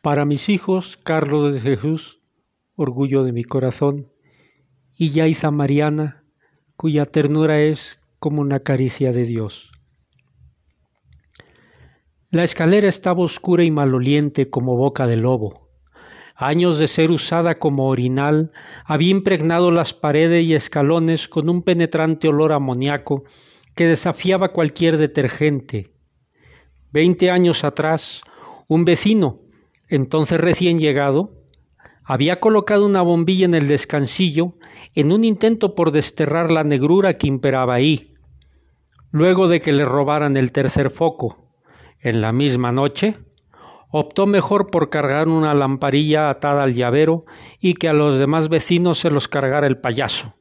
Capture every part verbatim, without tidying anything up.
Para mis hijos, Carlos de Jesús, orgullo de mi corazón, y Yaiza Mariana, cuya ternura es como una caricia de Dios. La escalera estaba oscura y maloliente como boca de lobo. Años de ser usada como orinal había impregnado las paredes y escalones con un penetrante olor amoníaco que desafiaba cualquier detergente. Veinte años atrás, un vecino, entonces recién llegado, había colocado una bombilla en el descansillo en un intento por desterrar la negrura que imperaba ahí. Luego de que le robaran el tercer foco, en la misma noche, optó mejor por cargar una lamparilla atada al llavero y que a los demás vecinos se los cargara el payaso.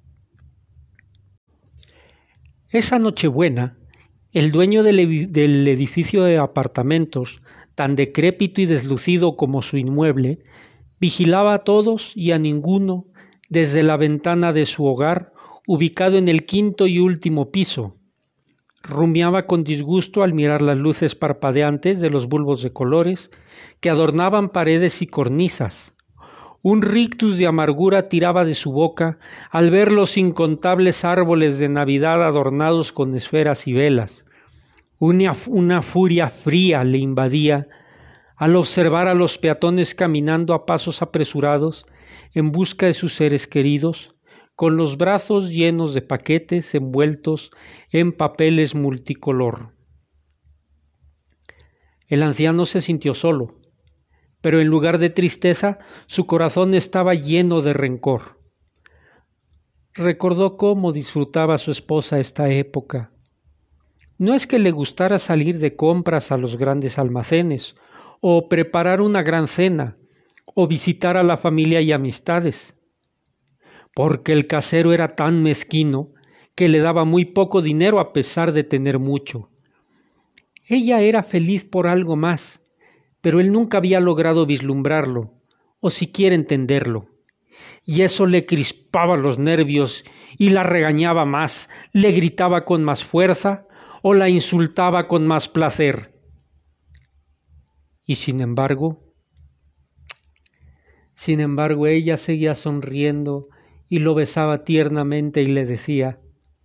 Esa Nochebuena, el dueño del, del edificio de apartamentos, tan decrépito y deslucido como su inmueble, vigilaba a todos y a ninguno desde la ventana de su hogar, ubicado en el quinto y último piso. Rumiaba con disgusto al mirar las luces parpadeantes de los bulbos de colores que adornaban paredes y cornisas. Un rictus de amargura tiraba de su boca al ver los incontables árboles de Navidad adornados con esferas y velas. Una, una furia fría le invadía al observar a los peatones caminando a pasos apresurados en busca de sus seres queridos, con los brazos llenos de paquetes envueltos en papeles multicolor. El anciano se sintió solo, pero en lugar de tristeza, su corazón estaba lleno de rencor. Recordó cómo disfrutaba su esposa esta época. No es que le gustara salir de compras a los grandes almacenes, o preparar una gran cena, o visitar a la familia y amistades, porque el casero era tan mezquino que le daba muy poco dinero a pesar de tener mucho. Ella era feliz por algo más, pero él nunca había logrado vislumbrarlo, o siquiera entenderlo. Y eso le crispaba los nervios y la regañaba más, le gritaba con más fuerza o la insultaba con más placer. Y sin embargo, sin embargo ella seguía sonriendo y lo besaba tiernamente y le decía: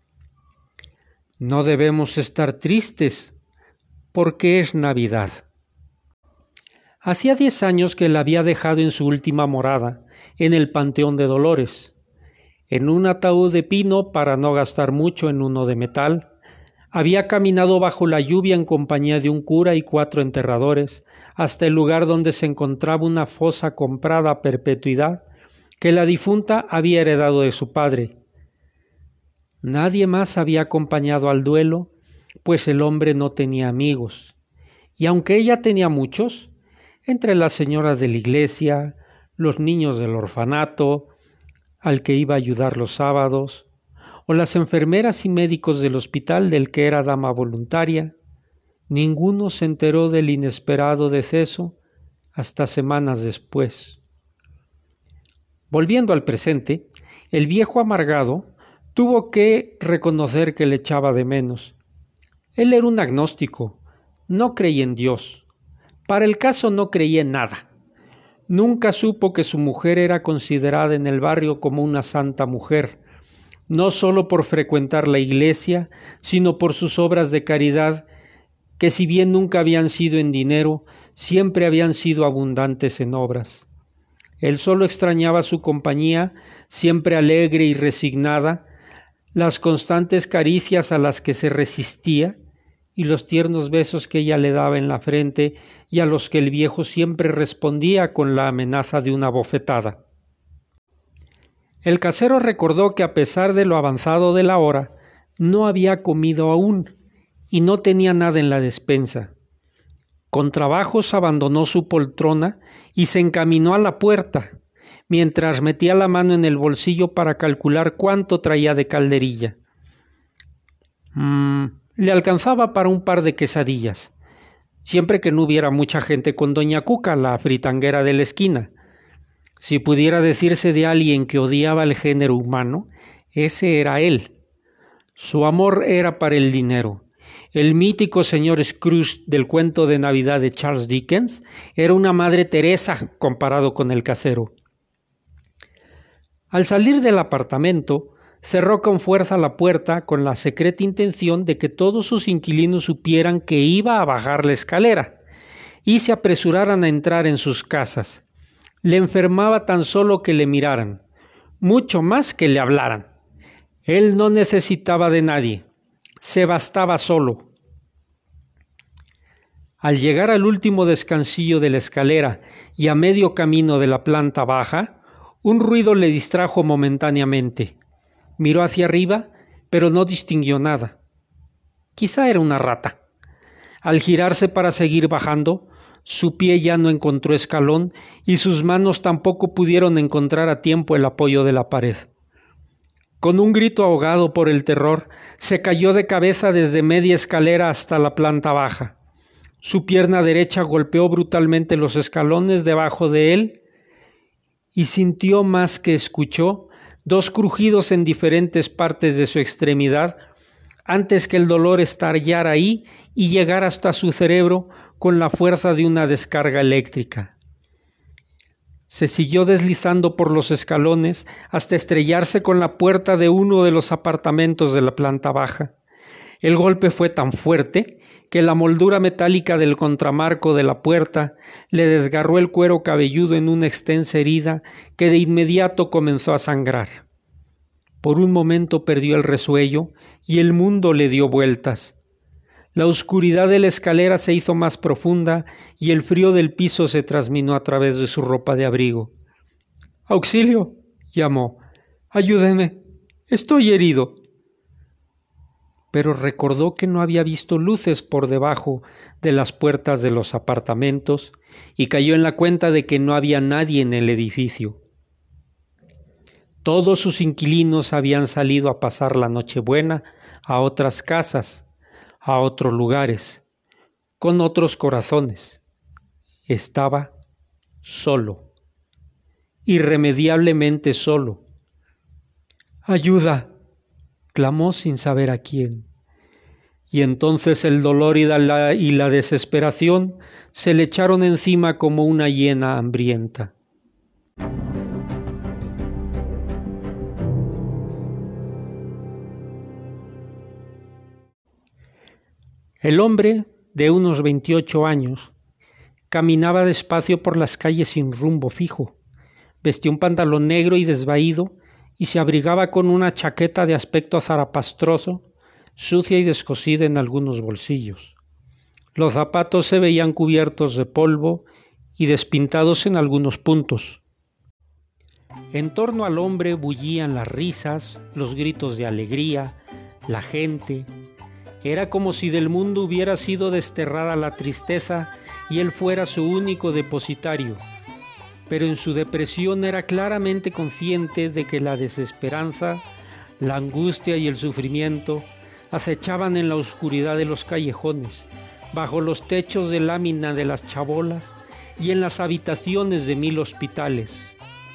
no debemos estar tristes, porque es Navidad. Hacía diez años que la había dejado en su última morada, en el Panteón de Dolores, en un ataúd de pino para no gastar mucho en uno de metal. Había caminado bajo la lluvia en compañía de un cura y cuatro enterradores hasta el lugar donde se encontraba una fosa comprada a perpetuidad que la difunta había heredado de su padre. Nadie más había acompañado al duelo, pues el hombre no tenía amigos. Y aunque ella tenía muchos, entre las señoras de la iglesia, los niños del orfanato, al que iba a ayudar los sábados, o las enfermeras y médicos del hospital del que era dama voluntaria, ninguno se enteró del inesperado deceso hasta semanas después. Volviendo al presente, el viejo amargado tuvo que reconocer que le echaba de menos. Él era un agnóstico, no creía en Dios. Para el caso no creía en nada. Nunca supo que su mujer era considerada en el barrio como una santa mujer, no solo por frecuentar la iglesia, sino por sus obras de caridad, que si bien nunca habían sido en dinero, siempre habían sido abundantes en obras. Él solo extrañaba su compañía, siempre alegre y resignada, las constantes caricias a las que se resistía y los tiernos besos que ella le daba en la frente y a los que el viejo siempre respondía con la amenaza de una bofetada. El casero recordó que a pesar de lo avanzado de la hora, no había comido aún y no tenía nada en la despensa. Con trabajos abandonó su poltrona y se encaminó a la puerta, mientras metía la mano en el bolsillo para calcular cuánto traía de calderilla. Mm, le alcanzaba para un par de quesadillas, siempre que no hubiera mucha gente con doña Cuca, la fritanguera de la esquina. Si pudiera decirse de alguien que odiaba el género humano, ese era él. Su amor era para el dinero. El mítico señor Scrooge del cuento de Navidad de Charles Dickens era una Madre Teresa comparado con el casero. Al salir del apartamento, cerró con fuerza la puerta con la secreta intención de que todos sus inquilinos supieran que iba a bajar la escalera y se apresuraran a entrar en sus casas. Le enfermaba tan solo que le miraran, mucho más que le hablaran. Él no necesitaba de nadie, se bastaba solo. Al llegar al último descansillo de la escalera y a medio camino de la planta baja, un ruido le distrajo momentáneamente. Miró hacia arriba, pero no distinguió nada. Quizá era una rata. Al girarse para seguir bajando, su pie ya no encontró escalón y sus manos tampoco pudieron encontrar a tiempo el apoyo de la pared. Con un grito ahogado por el terror, se cayó de cabeza desde media escalera hasta la planta baja. Su pierna derecha golpeó brutalmente los escalones debajo de él y sintió más que escuchó dos crujidos en diferentes partes de su extremidad antes que el dolor estallara ahí y llegara hasta su cerebro con la fuerza de una descarga eléctrica. Se siguió deslizando por los escalones hasta estrellarse con la puerta de uno de los apartamentos de la planta baja. El golpe fue tan fuerte que la moldura metálica del contramarco de la puerta le desgarró el cuero cabelludo en una extensa herida que de inmediato comenzó a sangrar. Por un momento perdió el resuello y el mundo le dio vueltas. La oscuridad de la escalera se hizo más profunda y el frío del piso se trasminó a través de su ropa de abrigo. ¡Auxilio!, llamó. ¡Ayúdeme! ¡Estoy herido! Pero recordó que no había visto luces por debajo de las puertas de los apartamentos y cayó en la cuenta de que no había nadie en el edificio. Todos sus inquilinos habían salido a pasar la Nochebuena a otras casas, a otros lugares, con otros corazones. Estaba solo, irremediablemente solo. ¡Ayuda!, clamó sin saber a quién. Y entonces el dolor y la, y la desesperación se le echaron encima como una hiena hambrienta. El hombre, de unos veintiocho años, caminaba despacio por las calles sin rumbo fijo. Vestía un pantalón negro y desvaído y se abrigaba con una chaqueta de aspecto zarapastroso, sucia y descosida en algunos bolsillos. Los zapatos se veían cubiertos de polvo y despintados en algunos puntos. En torno al hombre bullían las risas, los gritos de alegría, la gente. Era como si del mundo hubiera sido desterrada la tristeza y él fuera su único depositario. Pero en su depresión era claramente consciente de que la desesperanza, la angustia y el sufrimiento acechaban en la oscuridad de los callejones, bajo los techos de lámina de las chabolas y en las habitaciones de mil hospitales.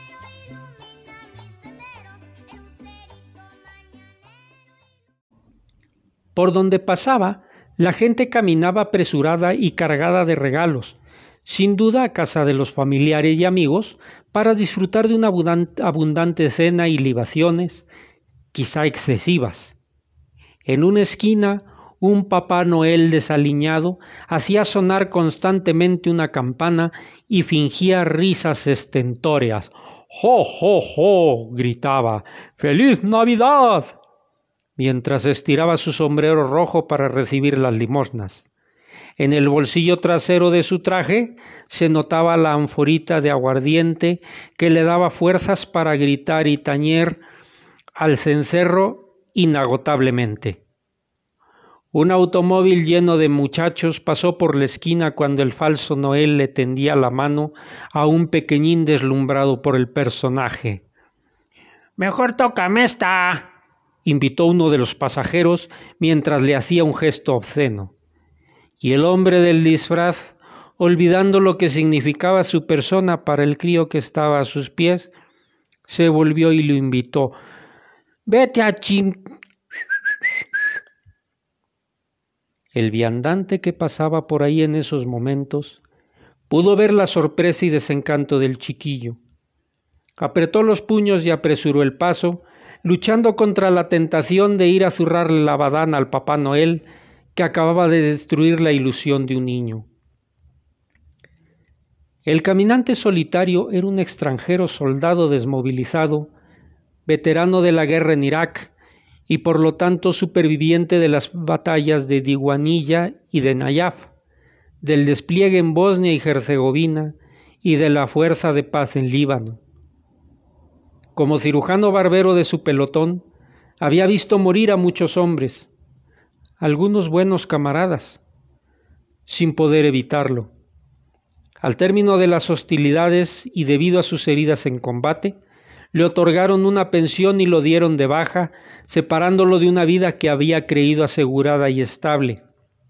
Por donde pasaba, la gente caminaba apresurada y cargada de regalos, sin duda a casa de los familiares y amigos, para disfrutar de una abundante cena y libaciones, quizá excesivas. En una esquina, un Papá Noel desaliñado hacía sonar constantemente una campana y fingía risas estentóreas. ¡Jo, jo, jo!, gritaba. ¡Feliz Navidad!, mientras estiraba su sombrero rojo para recibir las limosnas. En el bolsillo trasero de su traje se notaba la anforita de aguardiente que le daba fuerzas para gritar y tañer al cencerro inagotablemente. Un automóvil lleno de muchachos pasó por la esquina cuando el falso Noel le tendía la mano a un pequeñín deslumbrado por el personaje. «Mejor tócame esta», invitó uno de los pasajeros mientras le hacía un gesto obsceno. Y el hombre del disfraz, olvidando lo que significaba su persona para el crío que estaba a sus pies, se volvió y lo invitó. «Vete a chim...» El viandante que pasaba por ahí en esos momentos pudo ver la sorpresa y desencanto del chiquillo. Apretó los puños y apresuró el paso, luchando contra la tentación de ir a zurrarle la badana al Papá Noel, que acababa de destruir la ilusión de un niño. El caminante solitario era un extranjero soldado desmovilizado, veterano de la guerra en Irak y por lo tanto superviviente de las batallas de Diwanilla y de Nayaf, del despliegue en Bosnia y Herzegovina y de la Fuerza de Paz en Líbano. Como cirujano barbero de su pelotón, había visto morir a muchos hombres, algunos buenos camaradas, sin poder evitarlo. Al término de las hostilidades y debido a sus heridas en combate, le otorgaron una pensión y lo dieron de baja, separándolo de una vida que había creído asegurada y estable.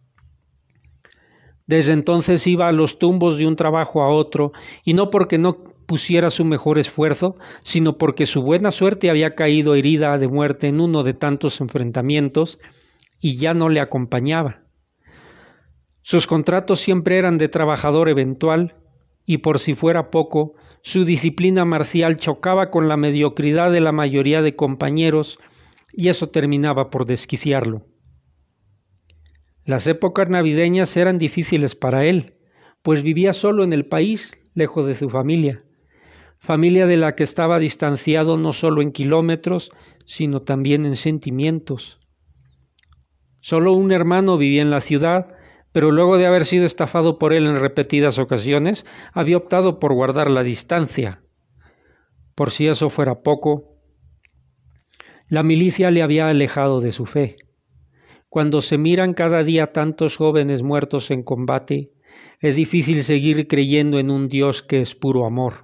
Desde entonces iba a los tumbos de un trabajo a otro, y no porque no pusiera su mejor esfuerzo, sino porque su buena suerte había caído herida de muerte en uno de tantos enfrentamientos y ya no le acompañaba. Sus contratos siempre eran de trabajador eventual y por si fuera poco, su disciplina marcial chocaba con la mediocridad de la mayoría de compañeros y eso terminaba por desquiciarlo. Las épocas navideñas eran difíciles para él, pues vivía solo en el país, lejos de su familia. Familia de la que estaba distanciado no solo en kilómetros, sino también en sentimientos. Solo un hermano vivía en la ciudad, pero luego de haber sido estafado por él en repetidas ocasiones, había optado por guardar la distancia. Por si eso fuera poco, la milicia le había alejado de su fe. Cuando se miran cada día tantos jóvenes muertos en combate, es difícil seguir creyendo en un Dios que es puro amor.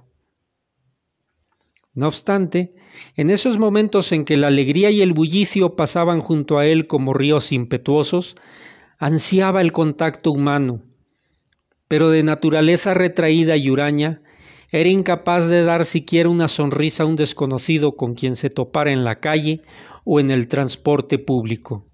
No obstante, en esos momentos en que la alegría y el bullicio pasaban junto a él como ríos impetuosos, ansiaba el contacto humano, pero de naturaleza retraída y huraña, era incapaz de dar siquiera una sonrisa a un desconocido con quien se topara en la calle o en el transporte público.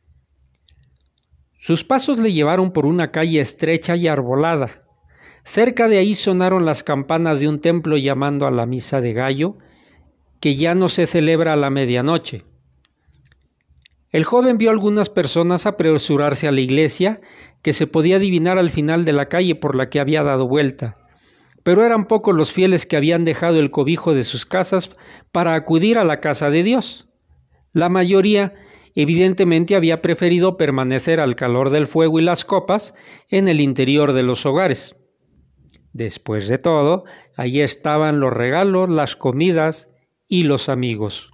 Sus pasos le llevaron por una calle estrecha y arbolada. Cerca de ahí sonaron las campanas de un templo llamando a la misa de gallo, que ya no se celebra a la medianoche. El joven vio a algunas personas apresurarse a la iglesia, que se podía adivinar al final de la calle por la que había dado vuelta, pero eran pocos los fieles que habían dejado el cobijo de sus casas para acudir a la casa de Dios. La mayoría, evidentemente, había preferido permanecer al calor del fuego y las copas en el interior de los hogares. Después de todo, allí estaban los regalos, las comidas y los amigos.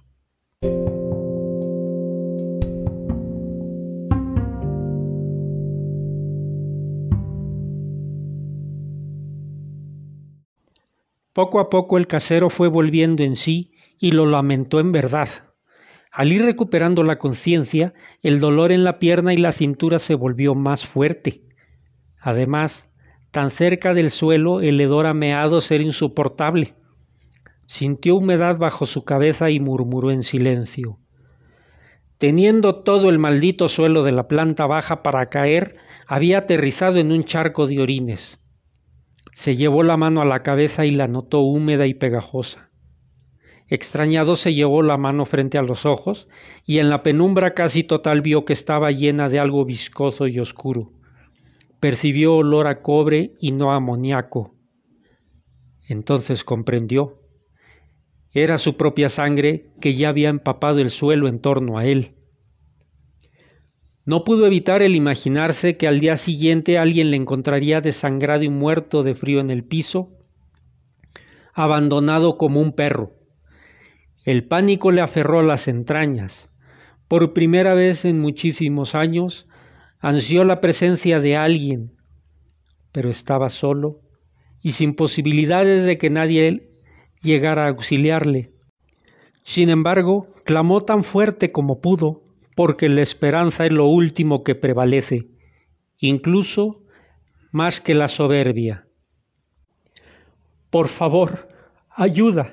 Poco a poco el casero fue volviendo en sí y lo lamentó en verdad. Al ir recuperando la conciencia, el dolor en la pierna y la cintura se volvió más fuerte. Además, tan cerca del suelo, el hedor a meados era insoportable. Sintió humedad bajo su cabeza y murmuró en silencio. Teniendo todo el maldito suelo de la planta baja para caer, había aterrizado en un charco de orines. Se llevó la mano a la cabeza y la notó húmeda y pegajosa. Extrañado se llevó la mano frente a los ojos y en la penumbra casi total vio que estaba llena de algo viscoso y oscuro. Percibió olor a cobre y no a amoníaco. Entonces comprendió. Era su propia sangre que ya había empapado el suelo en torno a él. No pudo evitar el imaginarse que al día siguiente alguien le encontraría desangrado y muerto de frío en el piso, abandonado como un perro. El pánico le aferró a las entrañas. Por primera vez en muchísimos años, ansió la presencia de alguien, pero estaba solo y sin posibilidades de que nadie llegara a auxiliarle. Sin embargo, clamó tan fuerte como pudo, porque la esperanza es lo último que prevalece, incluso más que la soberbia. Por favor, ayuda.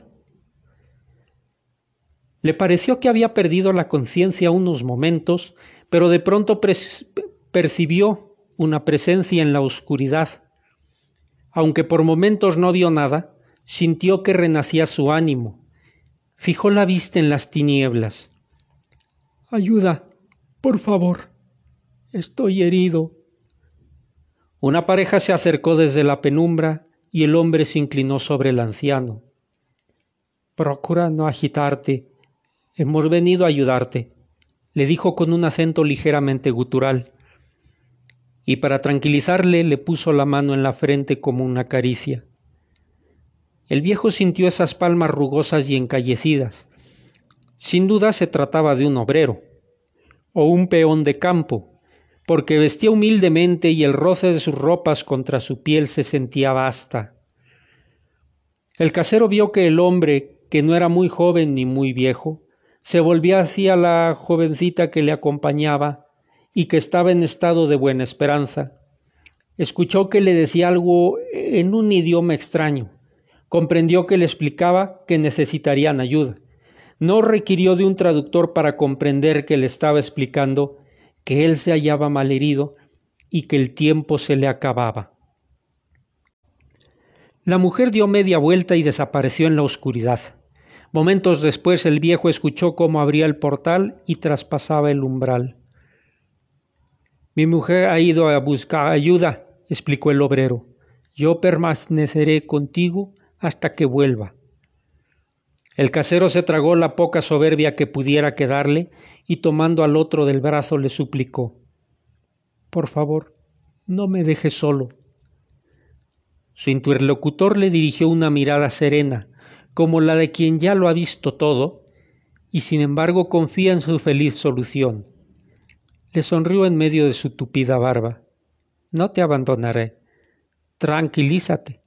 Le pareció que había perdido la conciencia unos momentos, pero de pronto pres- percibió una presencia en la oscuridad. Aunque por momentos no vio nada, sintió que renacía su ánimo. Fijó la vista en las tinieblas. «Ayuda, por favor. Estoy herido». Una pareja se acercó desde la penumbra y el hombre se inclinó sobre el anciano. «Procura no agitarte. Hemos venido a ayudarte», le dijo con un acento ligeramente gutural. Y para tranquilizarle le puso la mano en la frente como una caricia. El viejo sintió esas palmas rugosas y encallecidas. Sin duda se trataba de un obrero, o un peón de campo, porque vestía humildemente y el roce de sus ropas contra su piel se sentía vasta. El casero vio que el hombre, que no era muy joven ni muy viejo, se volvía hacia la jovencita que le acompañaba y que estaba en estado de buena esperanza. Escuchó que le decía algo en un idioma extraño. Comprendió que le explicaba que necesitarían ayuda. No requirió de un traductor para comprender que le estaba explicando que él se hallaba malherido y que el tiempo se le acababa. La mujer dio media vuelta y desapareció en la oscuridad. Momentos después el viejo escuchó cómo abría el portal y traspasaba el umbral. «Mi mujer ha ido a buscar ayuda», explicó el obrero. «Yo permaneceré contigo hasta que vuelva». El casero se tragó la poca soberbia que pudiera quedarle y tomando al otro del brazo le suplicó: «Por favor, no me dejes solo». Su interlocutor le dirigió una mirada serena, como la de quien ya lo ha visto todo, y sin embargo confía en su feliz solución. Le sonrió en medio de su tupida barba. «No te abandonaré. Tranquilízate».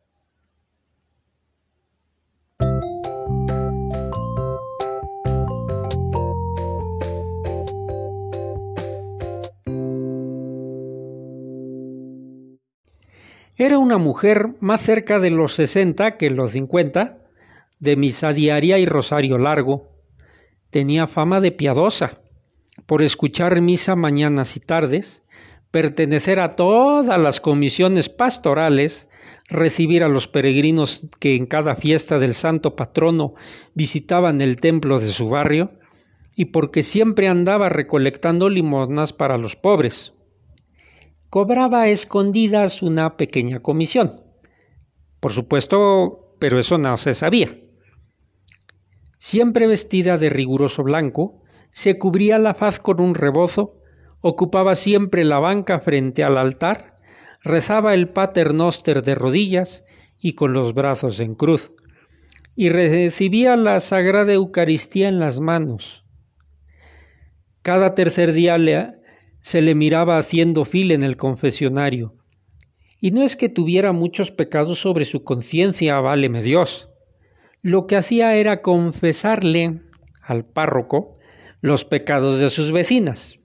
Era una mujer más cerca de los sesenta que los cincuenta, de misa diaria y rosario largo. Tenía fama de piadosa, por escuchar misa mañanas y tardes, pertenecer a todas las comisiones pastorales, recibir a los peregrinos que en cada fiesta del santo patrono visitaban el templo de su barrio, y porque siempre andaba recolectando limosnas para los pobres. Cobraba a escondidas una pequeña comisión. Por supuesto, pero eso no se sabía. Siempre vestida de riguroso blanco, se cubría la faz con un rebozo, ocupaba siempre la banca frente al altar, rezaba el Pater Noster de rodillas y con los brazos en cruz, y recibía la Sagrada Eucaristía en las manos. Cada tercer día le se le miraba haciendo fila en el confesionario. Y no es que tuviera muchos pecados sobre su conciencia, váleme Dios. Lo que hacía era confesarle al párroco los pecados de sus vecinas.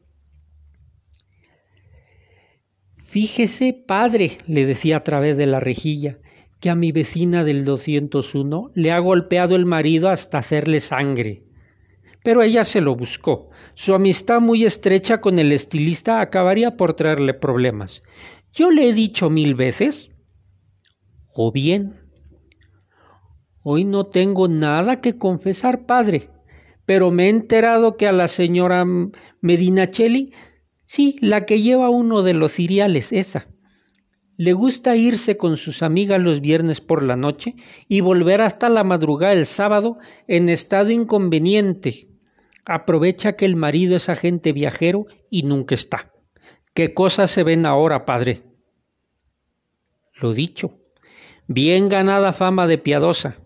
«Fíjese, padre», le decía a través de la rejilla, «que a mi vecina del doscientos uno le ha golpeado el marido hasta hacerle sangre». Pero ella se lo buscó. Su amistad muy estrecha con el estilista acabaría por traerle problemas. Yo le he dicho mil veces. O bien, hoy no tengo nada que confesar, padre, pero me he enterado que a la señora Medinaceli, sí, la que lleva uno de los ciriales, esa, le gusta irse con sus amigas los viernes por la noche y volver hasta la madrugada el sábado en estado inconveniente. Aprovecha que el marido es agente viajero y nunca está. ¿Qué cosas se ven ahora, padre? Lo dicho, bien ganada fama de piadosa.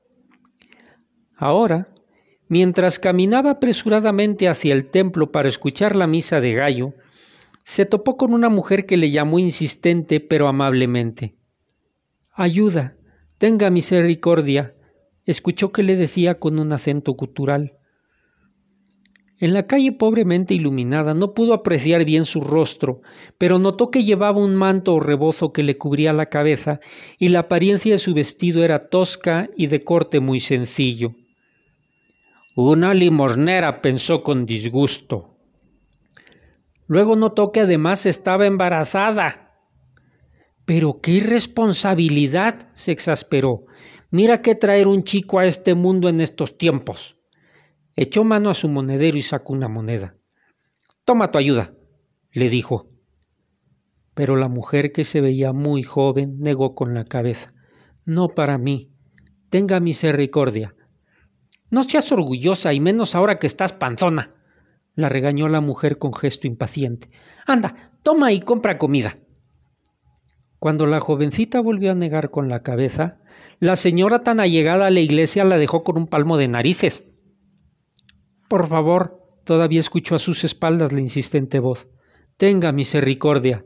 Ahora, mientras caminaba apresuradamente hacia el templo para escuchar la misa de gallo, se topó con una mujer que le llamó insistente pero amablemente. «Ayuda, tenga misericordia», escuchó que le decía con un acento gutural. En la calle pobremente iluminada no pudo apreciar bien su rostro, pero notó que llevaba un manto o rebozo que le cubría la cabeza y la apariencia de su vestido era tosca y de corte muy sencillo. «Una limosnera», pensó con disgusto. Luego notó que además estaba embarazada. ¡Pero qué irresponsabilidad!, se exasperó. Mira qué traer un chico a este mundo en estos tiempos. Echó mano a su monedero y sacó una moneda. Toma tu ayuda, le dijo. Pero la mujer, que se veía muy joven, negó con la cabeza. No para mí. Tenga misericordia. No seas orgullosa, y menos ahora que estás panzona, la regañó la mujer con gesto impaciente. Anda, toma y compra comida. Cuando la jovencita volvió a negar con la cabeza, la señora, tan allegada a la iglesia, la dejó con un palmo de narices. Por favor, todavía escuchó a sus espaldas la insistente voz. Tenga misericordia.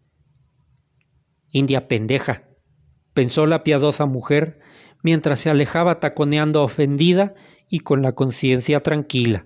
India pendeja, pensó la piadosa mujer, mientras se alejaba taconeando ofendida y con la conciencia tranquila.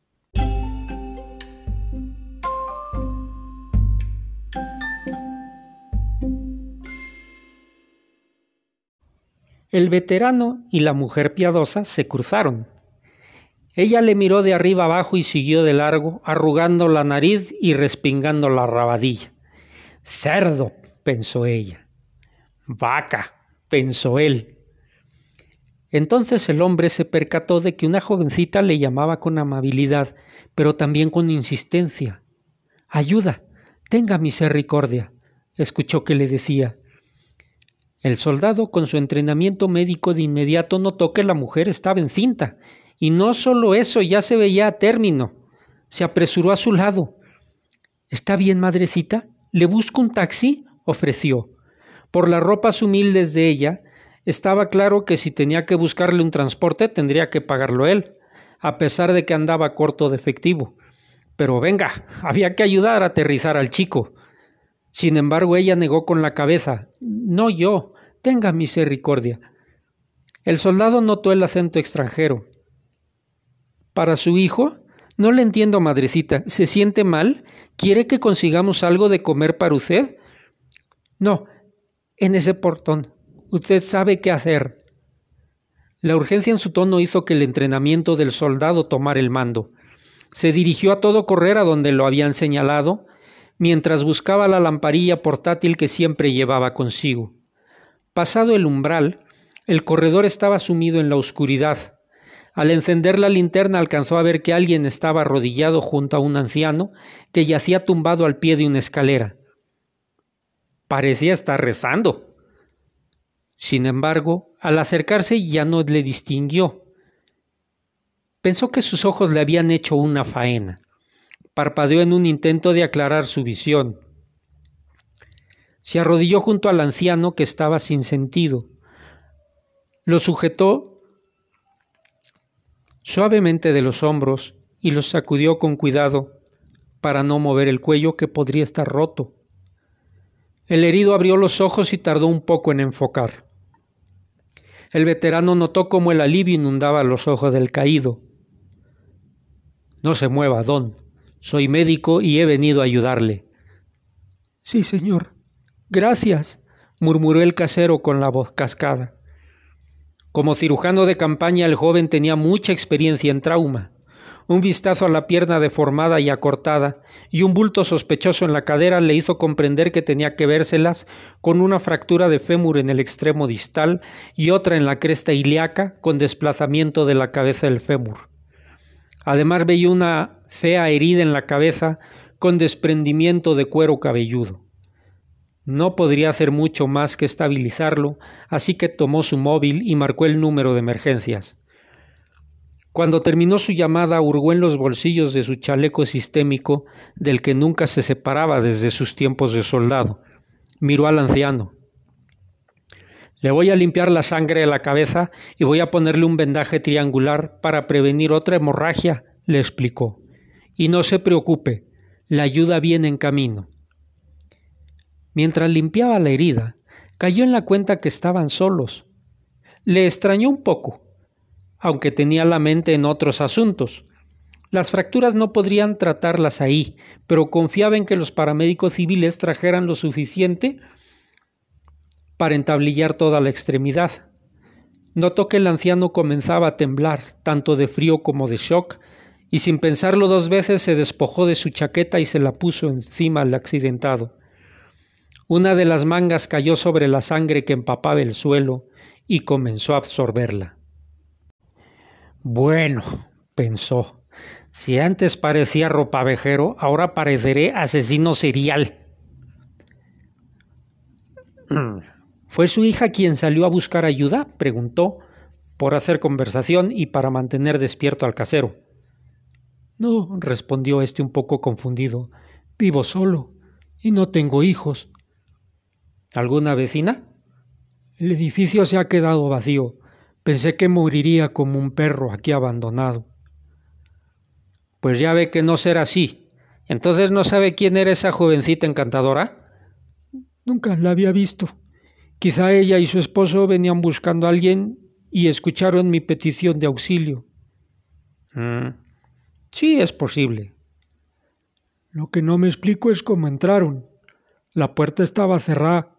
El veterano y la mujer piadosa se cruzaron. Ella le miró de arriba abajo y siguió de largo, arrugando la nariz y respingando la rabadilla. Cerdo, pensó ella. Vaca, pensó él. Entonces el hombre se percató de que una jovencita le llamaba con amabilidad, pero también con insistencia. Ayuda, tenga misericordia, escuchó que le decía. El soldado, con su entrenamiento médico, de inmediato notó que la mujer estaba encinta, y no solo eso, ya se veía a término. Se apresuró a su lado. ¿Está bien, madrecita? ¿Le busco un taxi?, ofreció. Por las ropas humildes de ella, estaba claro que si tenía que buscarle un transporte tendría que pagarlo él, a pesar de que andaba corto de efectivo. Pero venga, había que ayudar a aterrizar al chico. Sin embargo, ella negó con la cabeza. No yo, tenga misericordia. El soldado notó el acento extranjero. ¿Para su hijo? No le entiendo, madrecita. ¿Se siente mal? ¿Quiere que consigamos algo de comer para usted? No, en ese portón. Usted sabe qué hacer. La urgencia en su tono hizo que el entrenamiento del soldado tomara el mando. Se dirigió a todo correr a donde lo habían señalado, mientras buscaba la lamparilla portátil que siempre llevaba consigo. Pasado el umbral, el corredor estaba sumido en la oscuridad. Al encender la linterna alcanzó a ver que alguien estaba arrodillado junto a un anciano que yacía tumbado al pie de una escalera. Parecía estar rezando. Sin embargo, al acercarse ya no le distinguió. Pensó que sus ojos le habían hecho una faena. Parpadeó en un intento de aclarar su visión. Se arrodilló junto al anciano, que estaba sin sentido. Lo sujetó suavemente de los hombros y lo sacudió con cuidado para no mover el cuello, que podría estar roto. El herido abrió los ojos y tardó un poco en enfocar. El veterano notó cómo el alivio inundaba los ojos del caído. No se mueva, don. Soy médico y he venido a ayudarle. Sí, señor. Gracias, murmuró el casero con la voz cascada. Como cirujano de campaña, el joven tenía mucha experiencia en trauma. Un vistazo a la pierna deformada y acortada y un bulto sospechoso en la cadera le hizo comprender que tenía que vérselas con una fractura de fémur en el extremo distal y otra en la cresta ilíaca con desplazamiento de la cabeza del fémur. Además veía una fea herida en la cabeza con desprendimiento de cuero cabelludo. No podría hacer mucho más que estabilizarlo, así que tomó su móvil y marcó el número de emergencias. Cuando terminó su llamada, hurgó en los bolsillos de su chaleco sistémico, del que nunca se separaba desde sus tiempos de soldado. Miró al anciano. Le voy a limpiar la sangre de la cabeza y voy a ponerle un vendaje triangular para prevenir otra hemorragia, le explicó. Y no se preocupe, la ayuda viene en camino. Mientras limpiaba la herida, cayó en la cuenta que estaban solos. Le extrañó un poco, aunque tenía la mente en otros asuntos. Las fracturas no podrían tratarlas ahí, pero confiaba en que los paramédicos civiles trajeran lo suficiente para entablillar toda la extremidad. Notó que el anciano comenzaba a temblar, tanto de frío como de shock, y sin pensarlo dos veces se despojó de su chaqueta y se la puso encima al accidentado. Una de las mangas cayó sobre la sangre que empapaba el suelo y comenzó a absorberla. Bueno, pensó, si antes parecía ropavejero, ahora pareceré asesino serial. ¿Fue su hija quien salió a buscar ayuda?, preguntó, por hacer conversación y para mantener despierto al casero. No, respondió este un poco confundido. Vivo solo y no tengo hijos. ¿Alguna vecina? El edificio se ha quedado vacío. Pensé que moriría como un perro aquí abandonado. Pues ya ve que no será así. ¿Entonces no sabe quién era esa jovencita encantadora? Nunca la había visto. Quizá ella y su esposo venían buscando a alguien y escucharon mi petición de auxilio. Mm, sí, es posible. Lo que no me explico es cómo entraron. La puerta estaba cerrada.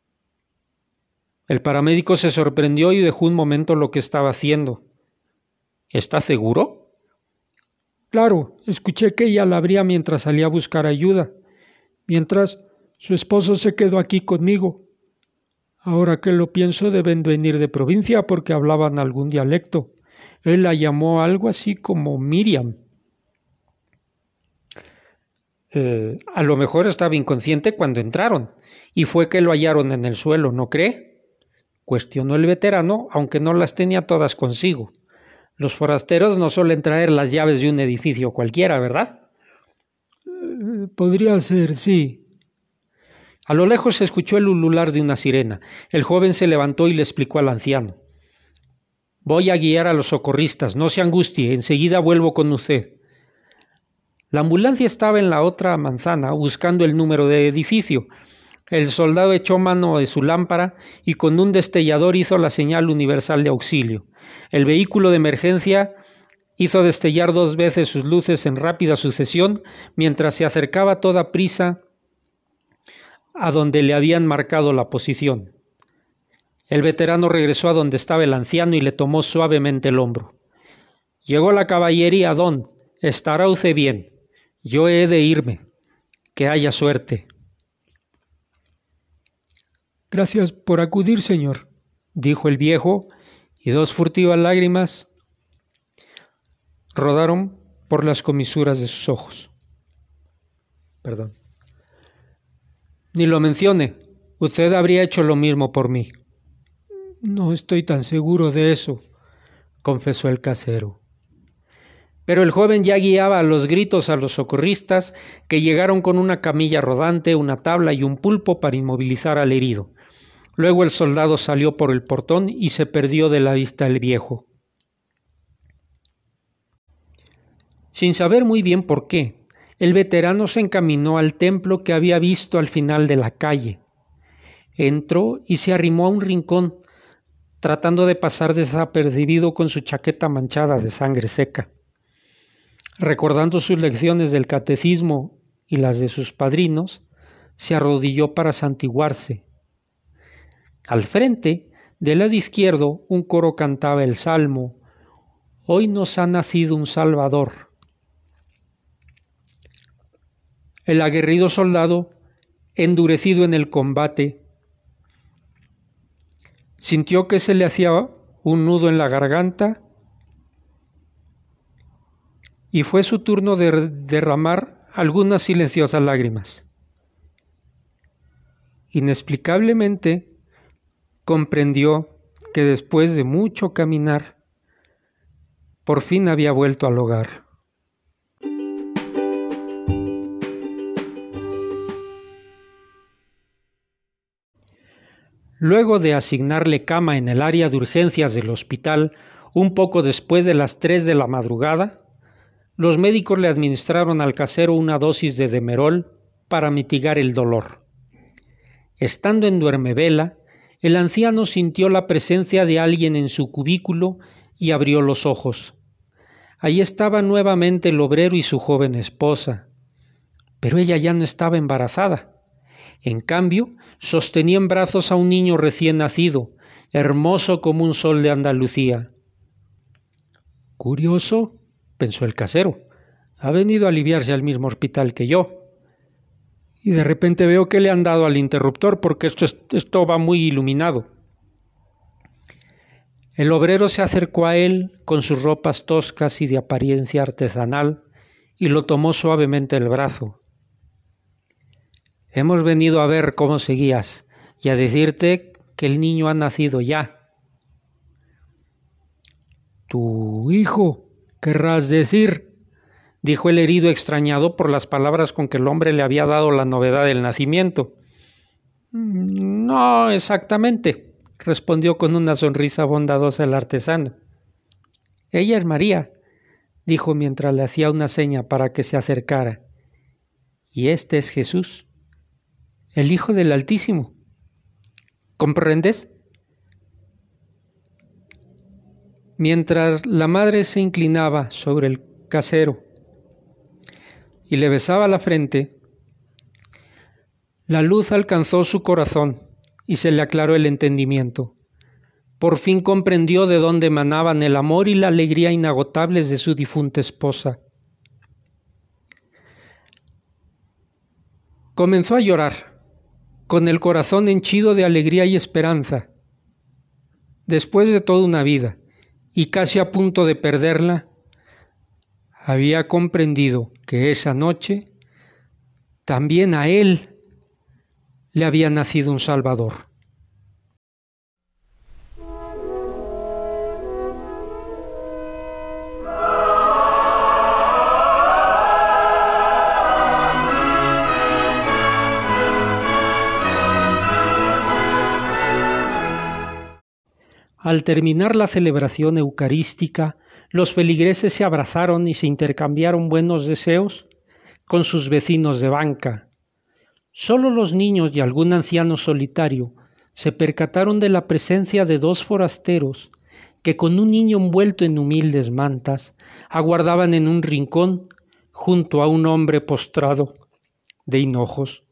El paramédico se sorprendió y dejó un momento lo que estaba haciendo. ¿Está seguro? Claro, escuché que ella la abría mientras salía a buscar ayuda. Mientras, su esposo se quedó aquí conmigo. Ahora que lo pienso, deben venir de provincia porque hablaban algún dialecto. Él la llamó algo así como Miriam. Eh, a lo mejor estaba inconsciente cuando entraron, y fue que lo hallaron en el suelo, ¿no cree? Cuestionó el veterano, aunque no las tenía todas consigo. Los forasteros no suelen traer las llaves de un edificio cualquiera, ¿verdad? Eh, podría ser, sí. A lo lejos se escuchó el ulular de una sirena. El joven se levantó y le explicó al anciano. Voy a guiar a los socorristas, no se angustie, enseguida vuelvo con usted. La ambulancia estaba en la otra manzana buscando el número de edificio. El soldado echó mano de su lámpara y con un destellador hizo la señal universal de auxilio. El vehículo de emergencia hizo destellar dos veces sus luces en rápida sucesión mientras se acercaba a toda prisa a donde le habían marcado la posición. El veterano regresó a donde estaba el anciano y le tomó suavemente el hombro. Llegó la caballería, don. Estará usted bien. Yo he de irme. Que haya suerte. Gracias por acudir, señor, dijo el viejo, y dos furtivas lágrimas rodaron por las comisuras de sus ojos. Perdón. Ni lo mencione. Usted habría hecho lo mismo por mí. No estoy tan seguro de eso, confesó el casero. Pero el joven ya guiaba a los gritos a los socorristas, que llegaron con una camilla rodante, una tabla y un pulpo para inmovilizar al herido. Luego el soldado salió por el portón y se perdió de la vista el viejo. Sin saber muy bien por qué, el veterano se encaminó al templo que había visto al final de la calle. Entró y se arrimó a un rincón, tratando de pasar desapercibido con su chaqueta manchada de sangre seca. Recordando sus lecciones del catecismo y las de sus padrinos, se arrodilló para santiguarse. Al frente, del lado izquierdo, un coro cantaba el salmo: Hoy nos ha nacido un Salvador. El aguerrido soldado, endurecido en el combate, sintió que se le hacía un nudo en la garganta y fue su turno de derramar algunas silenciosas lágrimas. Inexplicablemente comprendió que después de mucho caminar, por fin había vuelto al hogar. Luego de asignarle cama en el área de urgencias del hospital, un poco después de las tres de la madrugada, los médicos le administraron al casero una dosis de Demerol para mitigar el dolor. Estando en duermevela, el anciano sintió la presencia de alguien en su cubículo y abrió los ojos. Allí estaba nuevamente el obrero y su joven esposa, pero ella ya no estaba embarazada. En cambio, sostenía en brazos a un niño recién nacido, hermoso como un sol de Andalucía. Curioso, pensó el casero. Ha venido a aliviarse al mismo hospital que yo. Y de repente veo que le han dado al interruptor porque esto, esto va muy iluminado. El obrero se acercó a él con sus ropas toscas y de apariencia artesanal y lo tomó suavemente el brazo. Hemos venido a ver cómo seguías y a decirte que el niño ha nacido ya. Tu hijo, querrás decir, dijo el herido extrañado por las palabras con que el hombre le había dado la novedad del nacimiento. No exactamente, respondió con una sonrisa bondadosa el artesano. Ella es María, dijo mientras le hacía una seña para que se acercara. Y este es Jesús, el Hijo del Altísimo. ¿Comprendes? Mientras la madre se inclinaba sobre el casero y le besaba la frente, la luz alcanzó su corazón y se le aclaró el entendimiento. Por fin comprendió de dónde emanaban el amor y la alegría inagotables de su difunta esposa. Comenzó a llorar, con el corazón henchido de alegría y esperanza. Después de toda una vida, y casi a punto de perderla, había comprendido que esa noche también a él le había nacido un Salvador. Al terminar la celebración eucarística, los feligreses se abrazaron y se intercambiaron buenos deseos con sus vecinos de banca. Solo los niños y algún anciano solitario se percataron de la presencia de dos forasteros que con un niño envuelto en humildes mantas aguardaban en un rincón junto a un hombre postrado de hinojos.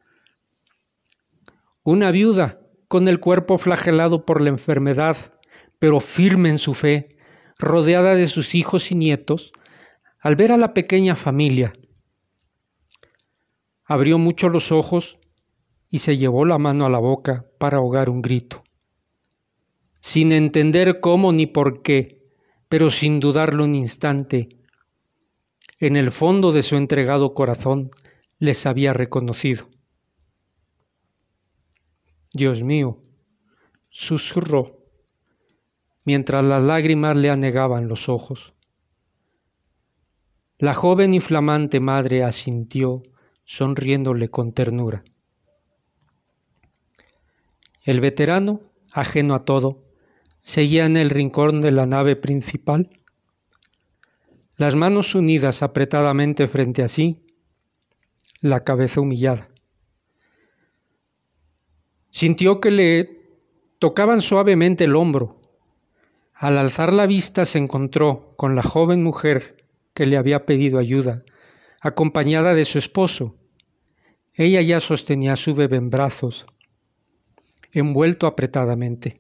Una viuda con el cuerpo flagelado por la enfermedad, pero firme en su fe, rodeada de sus hijos y nietos, al ver a la pequeña familia, abrió mucho los ojos y se llevó la mano a la boca para ahogar un grito. Sin entender cómo ni por qué, pero sin dudarlo un instante, en el fondo de su entregado corazón les había reconocido. Dios mío, susurró, mientras las lágrimas le anegaban los ojos. La joven y flamante madre asintió, sonriéndole con ternura. El veterano, ajeno a todo, seguía en el rincón de la nave principal, las manos unidas apretadamente frente a sí, la cabeza humillada. Sintió que le tocaban suavemente el hombro. Al alzar la vista se encontró con la joven mujer que le había pedido ayuda, acompañada de su esposo. Ella ya sostenía a su bebé en brazos, envuelto apretadamente.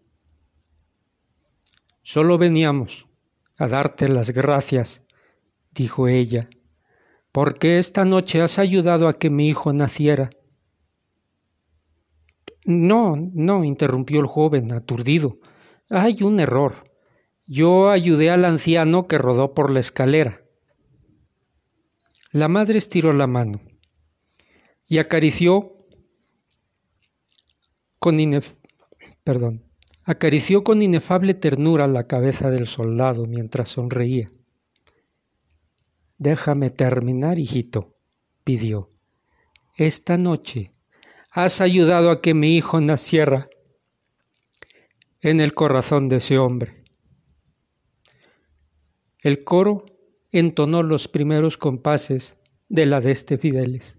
Solo veníamos a darte las gracias, dijo ella, porque esta noche has ayudado a que mi hijo naciera. No, no, interrumpió el joven, aturdido. Hay un error. Yo ayudé al anciano que rodó por la escalera. La madre estiró la mano y acarició con inef... Perdón, acarició con inefable ternura la cabeza del soldado mientras sonreía. Déjame terminar, hijito, pidió. Esta noche has ayudado a que mi hijo naciera en el corazón de ese hombre. El coro entonó los primeros compases de la Adeste Fideles.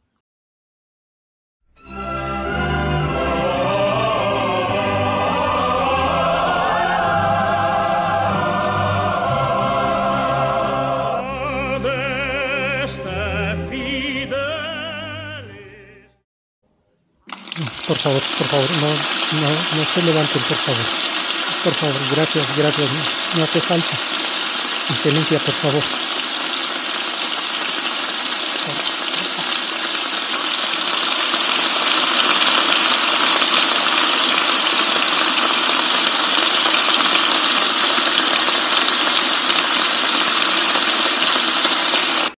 Por favor, por favor, no, no, no se levanten, por favor. Por favor, gracias, gracias, no, no hace falta. Excelencia, por favor.